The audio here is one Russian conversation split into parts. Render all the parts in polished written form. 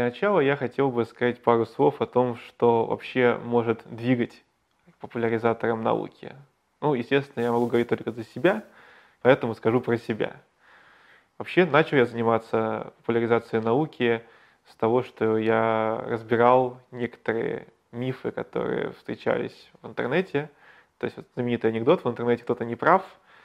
Для начала я хотел бы сказать пару слов о том, что вообще может двигать популяризатором науки. Ну, естественно, я могу говорить только за себя, поэтому скажу про себя. Вообще, начал я заниматься популяризацией науки с того, что я разбирал некоторые мифы, которые встречались в интернете. То есть вот знаменитый анекдот: в интернете кто-то не прав.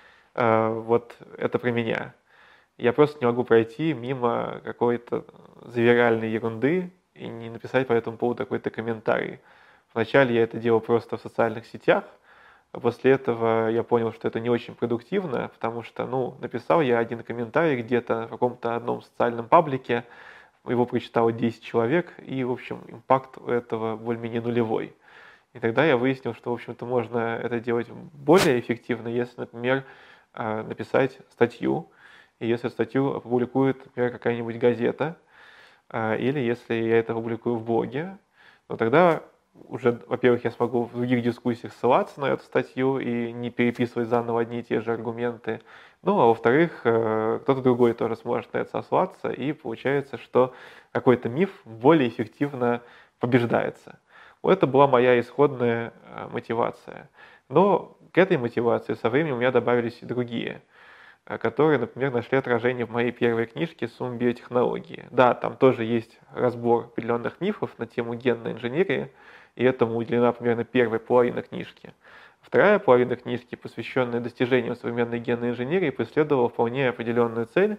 Вот это про меня. Я просто не могу пройти мимо какой-то завиральной ерунды и не написать по этому поводу какой-то комментарий. Вначале я это делал просто в социальных сетях, а после этого я понял, что это не очень продуктивно, потому что, написал я один комментарий где-то в каком-то одном социальном паблике, его прочитало 10 человек, и, в общем, импакт у этого более-менее нулевой. И тогда я выяснил, что, в общем-то, можно это делать более эффективно, если, например, написать статью, и если статью опубликует, например, какая-нибудь газета, или если я это опубликую в блоге, то тогда уже, во-первых, я смогу в других дискуссиях ссылаться на эту статью и не переписывать заново одни и те же аргументы. Ну, а во-вторых, кто-то другой тоже сможет на это сослаться, и получается, что какой-то миф более эффективно побеждается. Вот это была моя исходная мотивация. Но к этой мотивации со временем у меня добавились и другие, которые, например, нашли отражение в моей первой книжке «Сумма биотехнологии». Да, там тоже есть разбор определенных мифов на тему генной инженерии, и этому уделена примерно первая половина книжки. Вторая половина книжки, посвященная достижениям современной генной инженерии, преследовала вполне определенную цель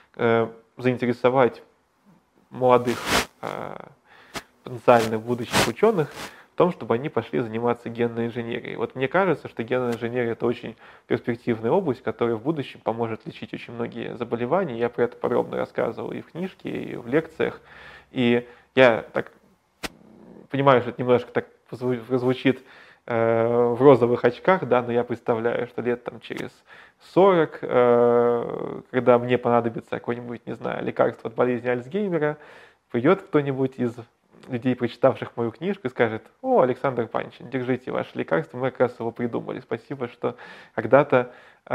заинтересовать молодых потенциальных будущих ученых в том, чтобы они пошли заниматься генной инженерией. Вот мне кажется, что генная инженерия — это очень перспективная область, которая в будущем поможет лечить очень многие заболевания. Я про это подробно рассказывал и в книжке, и в лекциях. И я так понимаю, что это немножко так прозвучит в розовых очках, да, но я представляю, что лет там через 40, когда мне понадобится какое-нибудь, не знаю, лекарство от болезни Альцгеймера, придет кто-нибудь из людей, прочитавших мою книжку, и скажет: «О, Александр Панчин, держите ваше лекарство, мы как раз его придумали. Спасибо, что когда-то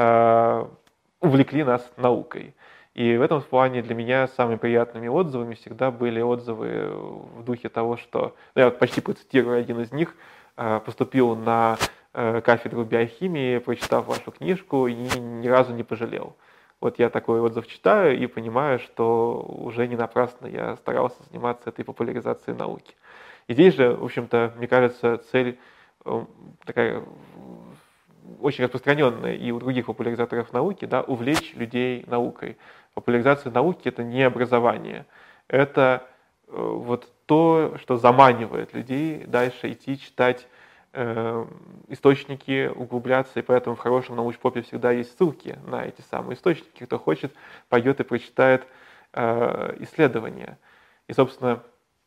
увлекли нас наукой». И в этом плане для меня самыми приятными отзывами всегда были отзывы в духе того, что... я вот почти процитирую один из них: «Поступил на кафедру биохимии, прочитав вашу книжку, и ни разу не пожалел». Вот я такой отзыв читаю и понимаю, что уже не напрасно я старался заниматься этой популяризацией науки. И здесь же, в общем-то, мне кажется, цель такая очень распространенная и у других популяризаторов науки, да, увлечь людей наукой. Популяризация науки — это не образование, это вот то, что заманивает людей дальше идти читать источники, углубляться, и поэтому в хорошем научпопе всегда есть ссылки на эти самые источники. Кто хочет, пойдет и прочитает исследования. И, собственно,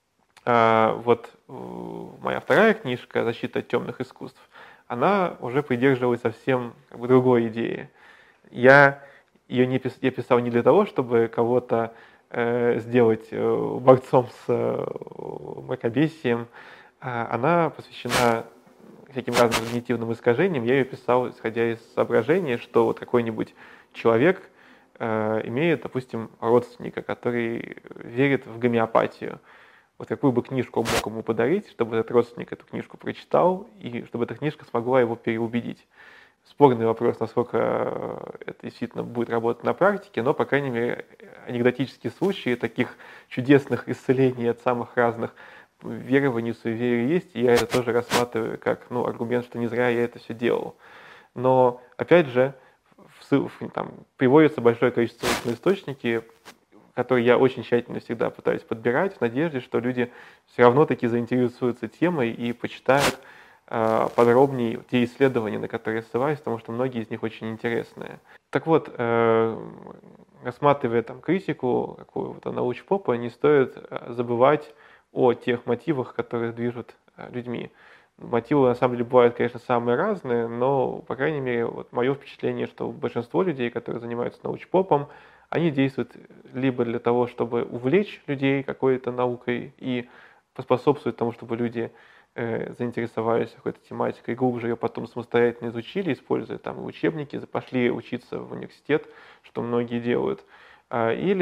вот моя вторая книжка «Защита от темных искусств», она уже придерживалась совсем другой идеи. Я ее писал не для того, чтобы кого-то сделать борцом с мракобесием. Она посвящена всяким разным когнитивным искажениям. Я ее писал, исходя из соображения, что вот какой-нибудь человек имеет, допустим, родственника, который верит в гомеопатию. Вот какую бы книжку он мог ему подарить, чтобы этот родственник эту книжку прочитал, и чтобы эта книжка смогла его переубедить. Спорный вопрос, насколько это действительно будет работать на практике, но, по крайней мере, анекдотические случаи таких чудесных исцелений от самых разных верований, суеверий есть, и я это тоже рассматриваю как аргумент, что не зря я это все делал. Но, опять же, там приводится большое количество ссылок на источники, которые я очень тщательно всегда пытаюсь подбирать, в надежде, что люди все равно таки заинтересуются темой и почитают подробнее те исследования, на которые я ссылаюсь, потому что многие из них очень интересные. Так вот, рассматривая там критику какого-то научпопа, не стоит забывать о тех мотивах, которые движут людьми. Мотивы на самом деле бывают, конечно, самые разные, но, по крайней мере, вот мое впечатление, что большинство людей, которые занимаются научпопом, они действуют либо для того, чтобы увлечь людей какой-то наукой и поспособствовать тому, чтобы люди заинтересовались какой-то тематикой, глубже ее потом самостоятельно изучили, используя там учебники, пошли учиться в университет, что многие делают. Или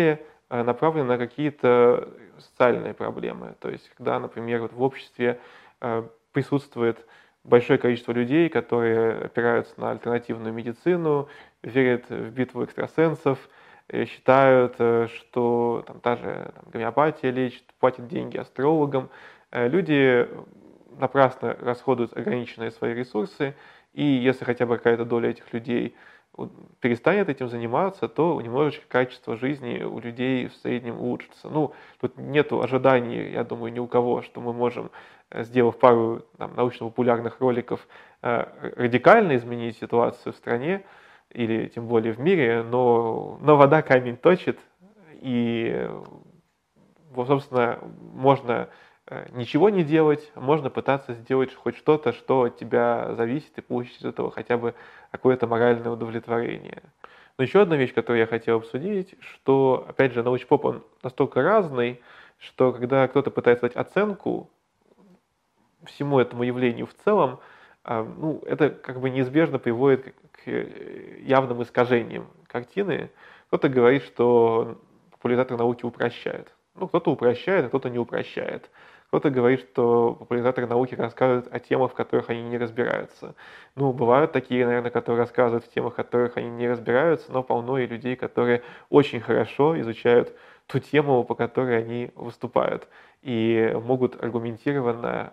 направлены на какие-то социальные проблемы. То есть, когда, например, вот в обществе присутствует большое количество людей, которые опираются на альтернативную медицину, верят в битву экстрасенсов, считают, что там, та же гомеопатия лечит, платят деньги астрологам. Люди напрасно расходуют ограниченные свои ресурсы, и если хотя бы какая-то доля этих людей перестанет этим заниматься, то немножечко качество жизни у людей в среднем улучшится. Ну, тут нету ожиданий, я думаю, ни у кого, что мы можем, сделав пару научно-популярных роликов, радикально изменить ситуацию в стране или тем более в мире, но вода камень точит, и, вот, собственно, можно ничего не делать, можно пытаться сделать хоть что-то, что от тебя зависит, и получить из этого хотя бы какое-то моральное удовлетворение. Но еще одна вещь, которую я хотел обсудить, что, опять же, научпоп, он настолько разный, что когда кто-то пытается дать оценку всему этому явлению в целом, ну, это как бы неизбежно приводит к явным искажениям картины. Кто-то говорит, что популяризаторы науки упрощают. Ну, кто-то упрощает, а кто-то не упрощает. Кто-то говорит, что популяризаторы науки рассказывают о темах, в которых они не разбираются. Ну, бывают такие, наверное, которые рассказывают в темах, в которых они не разбираются, но полно и людей, которые очень хорошо изучают ту тему, по которой они выступают, и могут аргументированно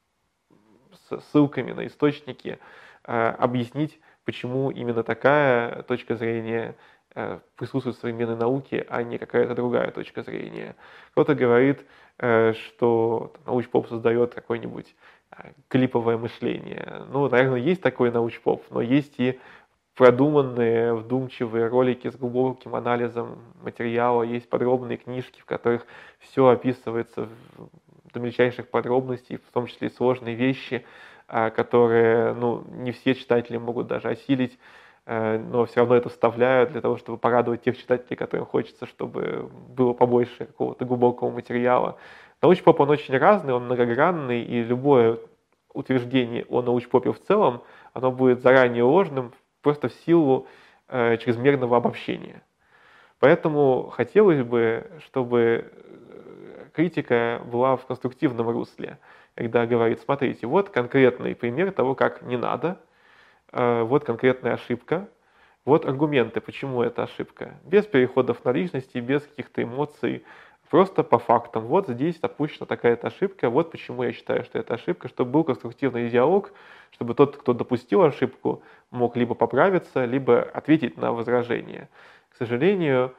с ссылками на источники объяснить, почему именно такая точка зрения присутствует в современной науке, а не какая-то другая точка зрения. Кто-то говорит, что научпоп создает какое-нибудь клиповое мышление. Ну, наверное, есть такой научпоп, но есть и продуманные, вдумчивые ролики с глубоким анализом материала, есть подробные книжки, в которых все описывается до мельчайших подробностей, в том числе и сложные вещи, которые, ну, не все читатели могут даже осилить, но все равно это вставляют для того, чтобы порадовать тех читателей, которым хочется, чтобы было побольше какого-то глубокого материала. Научпоп, он очень разный, он многогранный, и любое утверждение о научпопе в целом, оно будет заранее ложным, просто в силу чрезмерного обобщения. Поэтому хотелось бы, чтобы критика была в конструктивном русле, когда говорит, смотрите, вот конкретный пример того, как не надо, вот конкретная ошибка, вот аргументы, почему это ошибка, без переходов на личности, без каких-то эмоций, просто по фактам. Вот здесь допущена такая-то ошибка, вот почему я считаю, что это ошибка, чтобы был конструктивный диалог, чтобы тот, кто допустил ошибку, мог либо поправиться, либо ответить на возражение. К сожалению,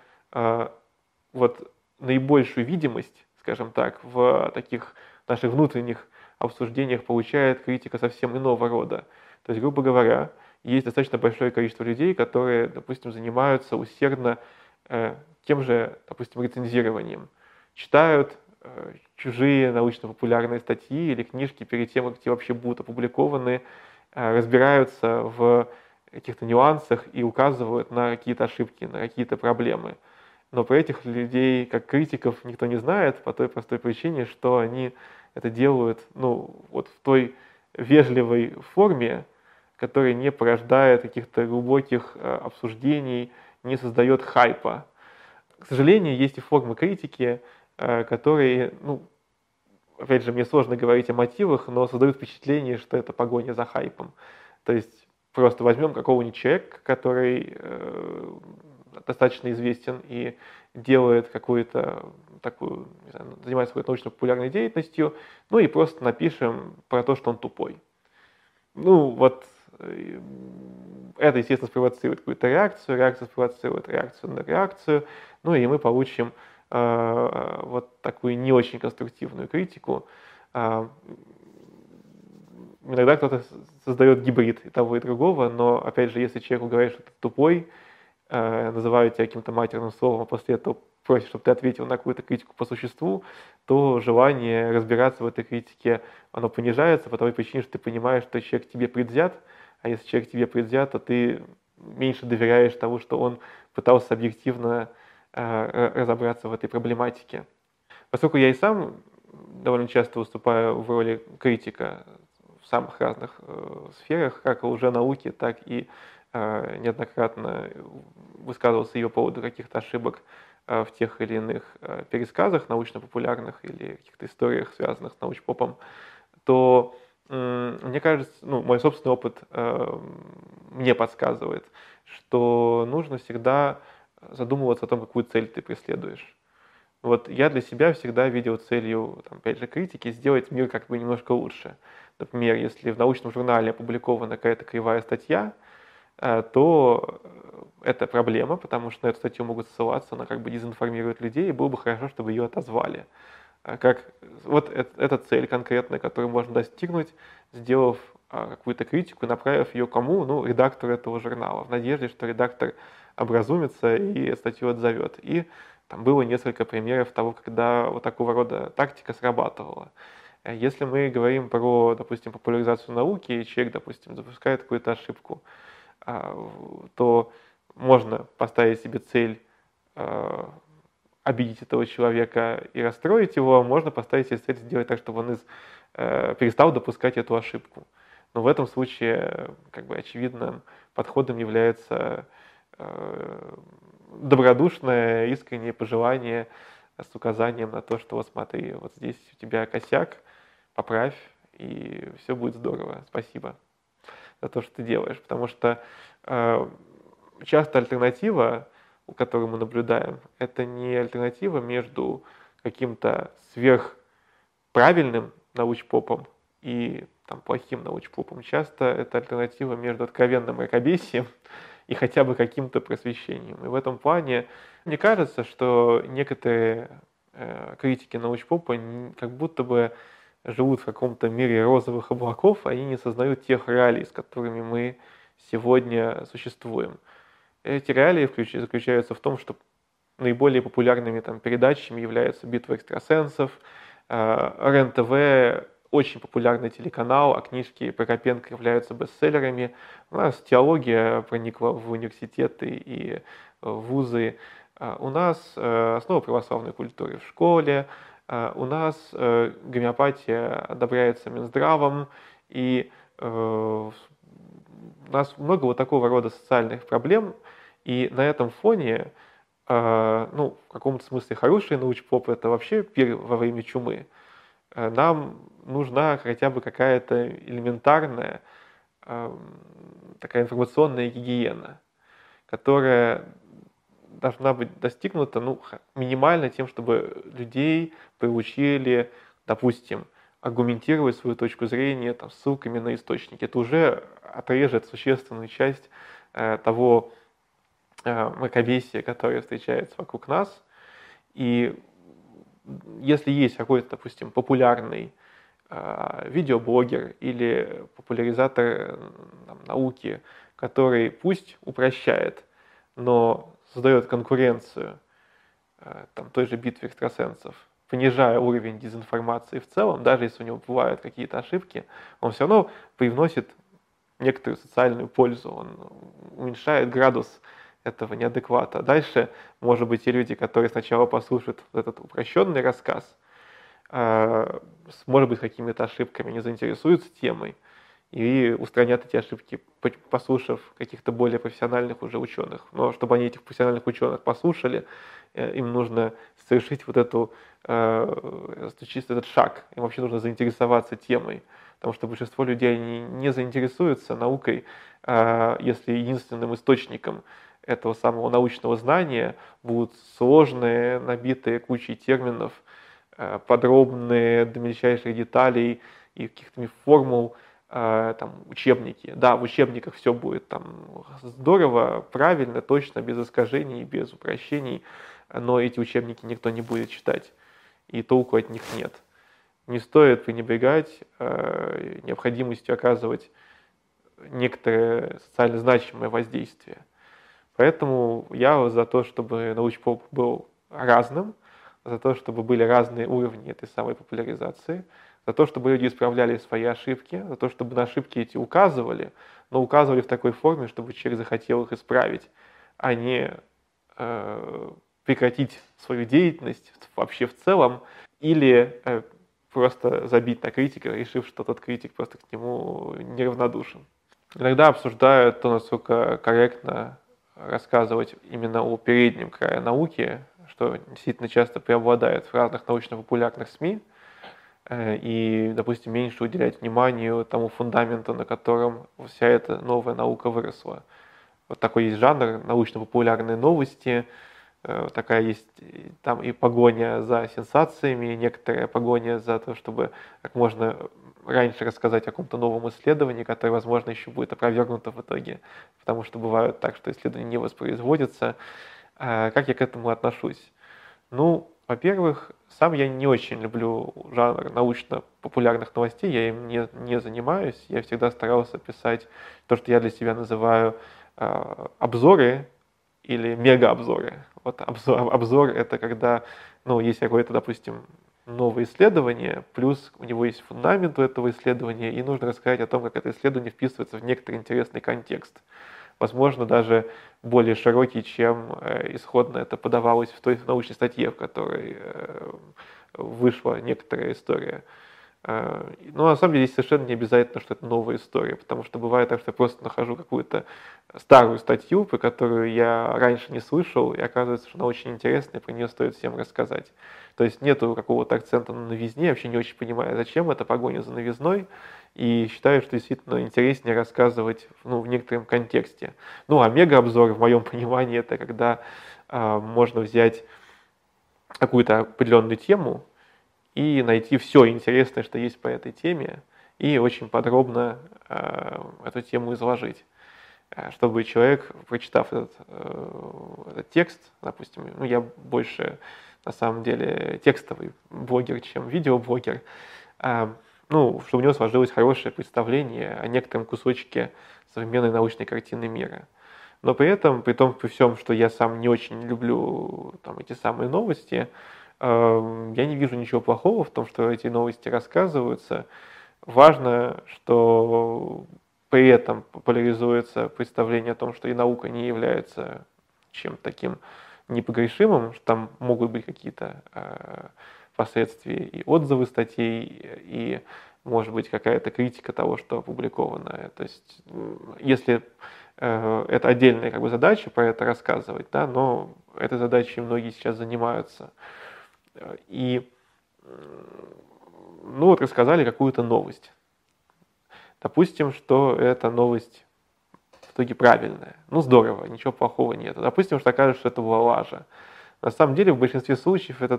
вот наибольшую видимость, скажем так, в таких наших внутренних обсуждениях получает критика совсем иного рода. То есть, грубо говоря, есть достаточно большое количество людей, которые, допустим, занимаются усердно тем же, допустим, рецензированием. Читают чужие научно-популярные статьи или книжки перед тем, как те вообще будут опубликованы, разбираются в каких-то нюансах и указывают на какие-то ошибки, на какие-то проблемы. Но про этих людей, как критиков, никто не знает по той простой причине, что они это делают, ну, вот в той вежливой форме, которая не порождает каких-то глубоких обсуждений, не создает хайпа. К сожалению, есть и формы критики, которые, ну, опять же, мне сложно говорить о мотивах, но создают впечатление, что это погоня за хайпом. То есть просто возьмем какого-нибудь человека, который достаточно известен и делает какую-то такую, не знаю, занимается какой-то научно-популярной деятельностью, ну и просто напишем про то, что он тупой. Ну, вот это, естественно, спровоцирует какую-то реакцию, реакция спровоцирует реакцию на реакцию, ну и мы получим вот такую не очень конструктивную критику. Иногда кто-то создает гибрид и того, и другого, но, опять же, если человеку говорят, что ты тупой, называют тебя каким-то матерным словом, а после этого просят, чтобы ты ответил на какую-то критику по существу, то желание разбираться в этой критике, оно понижается по той причине, что ты понимаешь, что человек тебе предвзят, а если человек тебе предвзят, то ты меньше доверяешь тому, что он пытался объективно разобраться в этой проблематике. Поскольку я и сам довольно часто выступаю в роли критика в самых разных сферах, как уже науки, так и неоднократно высказывался ее по поводу каких-то ошибок в тех или иных пересказах научно-популярных или каких-то историях, связанных с научпопом, то мне кажется, ну, мой собственный опыт мне подсказывает, что нужно всегда задумываться о том, какую цель ты преследуешь. Вот я для себя всегда видел целью, там, опять же, критики сделать мир как бы немножко лучше. Например, если в научном журнале опубликована какая-то кривая статья, то это проблема, потому что на эту статью могут ссылаться, она как бы дезинформирует людей, и было бы хорошо, чтобы ее отозвали. Вот эта цель конкретная, которую можно достигнуть, сделав какую-то критику, направив ее кому? Ну, редактору этого журнала, в надежде, что редактор образумится и статью отзовет. И там было несколько примеров того, когда вот такого рода тактика срабатывала. Если мы говорим про, допустим, популяризацию науки, и человек, допустим, запускает какую-то ошибку, то можно поставить себе цель обидеть этого человека и расстроить его, можно поставить себе цель сделать так, чтобы он перестал допускать эту ошибку. Но в этом случае, как бы, очевидным подходом является добродушное, искреннее пожелание с указанием на то, что вот смотри, вот здесь у тебя косяк, поправь, и все будет здорово. Спасибо за то, что ты делаешь. Потому что часто альтернатива, которую мы наблюдаем, это не альтернатива между каким-то сверхправильным научпопом и там, плохим научпопом. Часто это альтернатива между откровенным мракобесием и хотя бы каким-то просвещением. И в этом плане мне кажется, что некоторые критики научпопа как будто бы живут в каком-то мире розовых облаков, они не сознают тех реалий, с которыми мы сегодня существуем. Эти реалии заключаются в том, что наиболее популярными там передачами являются «Битва экстрасенсов», РЕН-ТВ, очень популярный телеканал, а книжки Прокопенко являются бестселлерами. У нас теология проникла в университеты и вузы. У нас основа православной культуры в школе. У нас гомеопатия одобряется Минздравом. И у нас много вот такого рода социальных проблем. И на этом фоне, ну, в каком-то смысле хороший научпоп — это вообще пир во время чумы. Нам нужна хотя бы какая-то элементарная такая информационная гигиена, которая должна быть достигнута, ну, минимально тем, чтобы людей приучили, допустим, аргументировать свою точку зрения там, ссылками на источники. Это уже отрежет существенную часть того мракобесия, которое встречается вокруг нас. И если есть какой-то, допустим, популярный видеоблогер или популяризатор науки, который пусть упрощает, но создает конкуренцию там, той же битве экстрасенсов, понижая уровень дезинформации в целом, даже если у него бывают какие-то ошибки, он все равно привносит некоторую социальную пользу, он уменьшает градус этого неадеквата. Дальше, может быть, те люди, которые сначала послушают этот упрощенный рассказ, может быть, какими-то ошибками не заинтересуются темой и устранят эти ошибки, послушав каких-то более профессиональных уже ученых. Но чтобы они этих профессиональных ученых послушали, им нужно совершить вот этот шаг. Им вообще нужно заинтересоваться темой. Потому что большинство людей не заинтересуются наукой, если единственным источником этого самого научного знания будут сложные, набитые кучей терминов, подробные до мельчайших деталей и каких-то формул там, учебники. Да, в учебниках все будет там здорово, правильно, точно, без искажений, без упрощений, но эти учебники никто не будет читать, и толку от них нет. Не стоит пренебрегать необходимостью оказывать некоторое социально значимое воздействие. Поэтому я за то, чтобы научпоп был разным, за то, чтобы были разные уровни этой самой популяризации, за то, чтобы люди исправляли свои ошибки, за то, чтобы на ошибки эти указывали, но указывали в такой форме, чтобы человек захотел их исправить, а не прекратить свою деятельность вообще в целом или просто забить на критика, решив, что тот критик просто к нему неравнодушен. Иногда обсуждают то, насколько корректно рассказывать именно о переднем крае науки, что действительно часто преобладает в разных научно-популярных СМИ, и, допустим, меньше уделять вниманию тому фундаменту, на котором вся эта новая наука выросла. Вот такой есть жанр научно-популярные новости, такая есть там и погоня за сенсациями, некоторая погоня за то, чтобы как можно раньше рассказать о каком-то новом исследовании, которое, возможно, еще будет опровергнуто в итоге, потому что бывает так, что исследование не воспроизводится. Как я к этому отношусь? Ну, во-первых, сам я не очень люблю жанр научно-популярных новостей, я им не занимаюсь, я всегда старался писать то, что я для себя называю обзоры или мега-обзоры. Вот обзор это когда, ну, есть какое-то, допустим, новое исследование, плюс у него есть фундамент у этого исследования, и нужно рассказать о том, как это исследование вписывается в некоторый интересный контекст. Возможно, даже более широкий, чем исходно это подавалось в той научной статье, в которой вышла некоторая история. Но на самом деле здесь совершенно не обязательно, что это новая история, потому что бывает так, что я просто нахожу какую-то старую статью, про которую я раньше не слышал, и оказывается, что она очень интересная, и про нее стоит всем рассказать. То есть нету какого-то акцента на новизне, я вообще не очень понимаю, зачем это погоня за новизной, и считаю, что действительно интереснее рассказывать в некотором контексте. Ну, а мега-обзор, в моем понимании, это когда можно взять какую-то определенную тему, и найти все интересное, что есть по этой теме, и очень подробно эту тему изложить. Чтобы человек, прочитав этот текст, допустим, ну я больше на самом деле текстовый блогер, чем видеоблогер, ну, чтобы у него сложилось хорошее представление о некотором кусочке современной научной картины мира. Но при этом, при всем, что я сам не очень люблю там, эти самые новости, я не вижу ничего плохого в том, что эти новости рассказываются. Важно, что при этом популяризуется представление о том, что и наука не является чем-то таким непогрешимым, что там могут быть какие-то последствия и отзывы статей, и, может быть, какая-то критика того, что опубликовано. То есть, если это отдельная как бы задача про это рассказывать, да, но этой задачей многие сейчас занимаются. И, ну вот рассказали какую-то новость. Допустим, что эта новость в итоге правильная. Ну здорово, ничего плохого нет. Допустим, что окажется, что это была лажа. На самом деле, в большинстве случаев это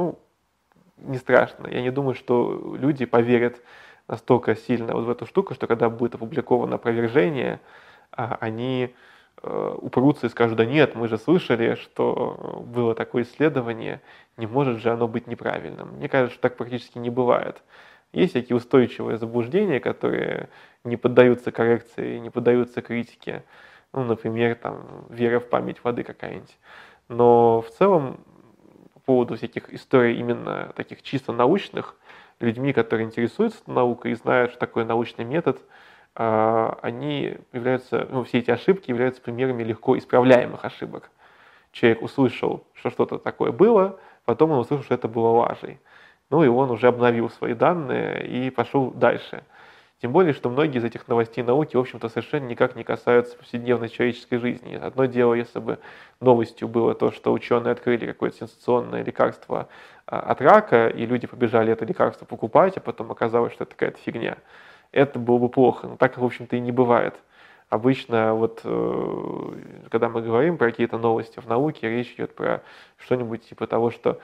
не страшно. Я не думаю, что люди поверят настолько сильно вот в эту штуку, что когда будет опубликовано опровержение, они упрутся и скажут: да нет, мы же слышали, что было такое исследование, не может же оно быть неправильным. Мне кажется, что так практически не бывает. Есть всякие устойчивые заблуждения, которые не поддаются коррекции, не поддаются критике. Ну, например, там, вера в память воды какая-нибудь. Но в целом, по поводу всяких историй именно таких чисто научных, людьми, которые интересуются наукой и знают, что такое научный метод, они являются, все эти ошибки являются примерами легко исправляемых ошибок. Человек услышал, что что-то такое было, потом он услышал, что это было лажей. Ну и он уже обновил свои данные и пошел дальше. Тем более, что многие из этих новостей науки, в общем-то, совершенно никак не касаются повседневной человеческой жизни. Одно дело, если бы новостью было то, что ученые открыли какое-то сенсационное лекарство от рака, и люди побежали это лекарство покупать, а потом оказалось, что это какая-то фигня. Это было бы плохо, но так, в общем-то, и не бывает. Обычно, вот, когда мы говорим про какие-то новости в науке, речь идет про что-нибудь типа того, что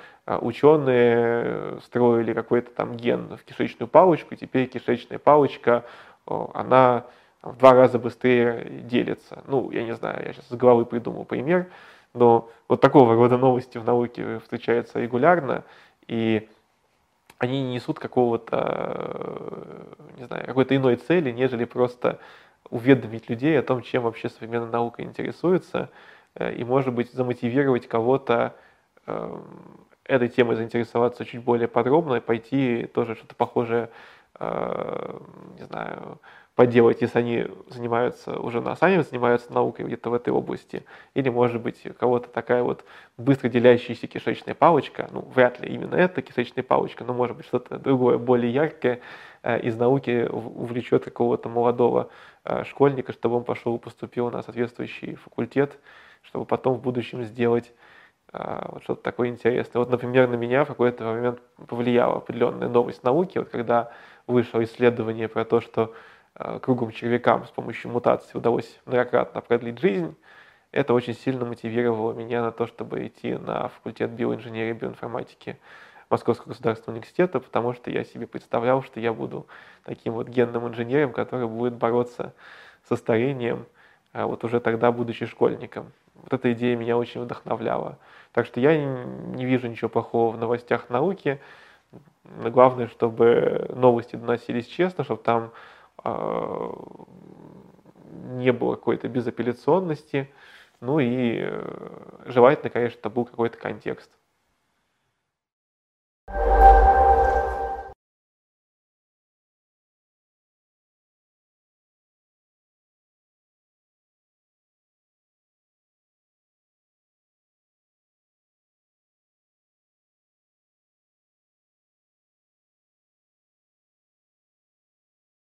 ученые строили какой-то там ген в кишечную палочку, и теперь кишечная палочка, она в 2 раза быстрее делится. Ну, я не знаю, я сейчас с головы придумал пример, но вот такого рода новости в науке встречаются регулярно, и они не несут какого-то, не знаю, какой-то иной цели, нежели просто уведомить людей о том, чем вообще современная наука интересуется, и, может быть, замотивировать кого-то этой темой заинтересоваться чуть более подробно и пойти тоже что-то похожее, не знаю, поделать, если они сами занимаются наукой где-то в этой области, или, может быть, у кого-то такая вот быстро делящаяся кишечная палочка, ну, вряд ли именно эта кишечная палочка, но, может быть, что-то другое, более яркое из науки увлечет какого-то молодого школьника, чтобы он пошел и поступил на соответствующий факультет, чтобы потом в будущем сделать вот что-то такое интересное. Вот, например, на меня в какой-то момент повлияла определенная новость науки, вот когда вышло исследование про то, что круглым червякам с помощью мутаций удалось многократно продлить жизнь, это очень сильно мотивировало меня на то, чтобы идти на факультет биоинженерии и биоинформатики Московского государственного университета, потому что я себе представлял, что я буду таким вот генным инженером, который будет бороться со старением, вот уже тогда, будучи школьником. Вот эта идея меня очень вдохновляла. Так что я не вижу ничего плохого в новостях науки. Главное, чтобы новости доносились честно, чтобы там не было какой-то безапелляционности. Ну и желательно, конечно, чтобы был какой-то контекст.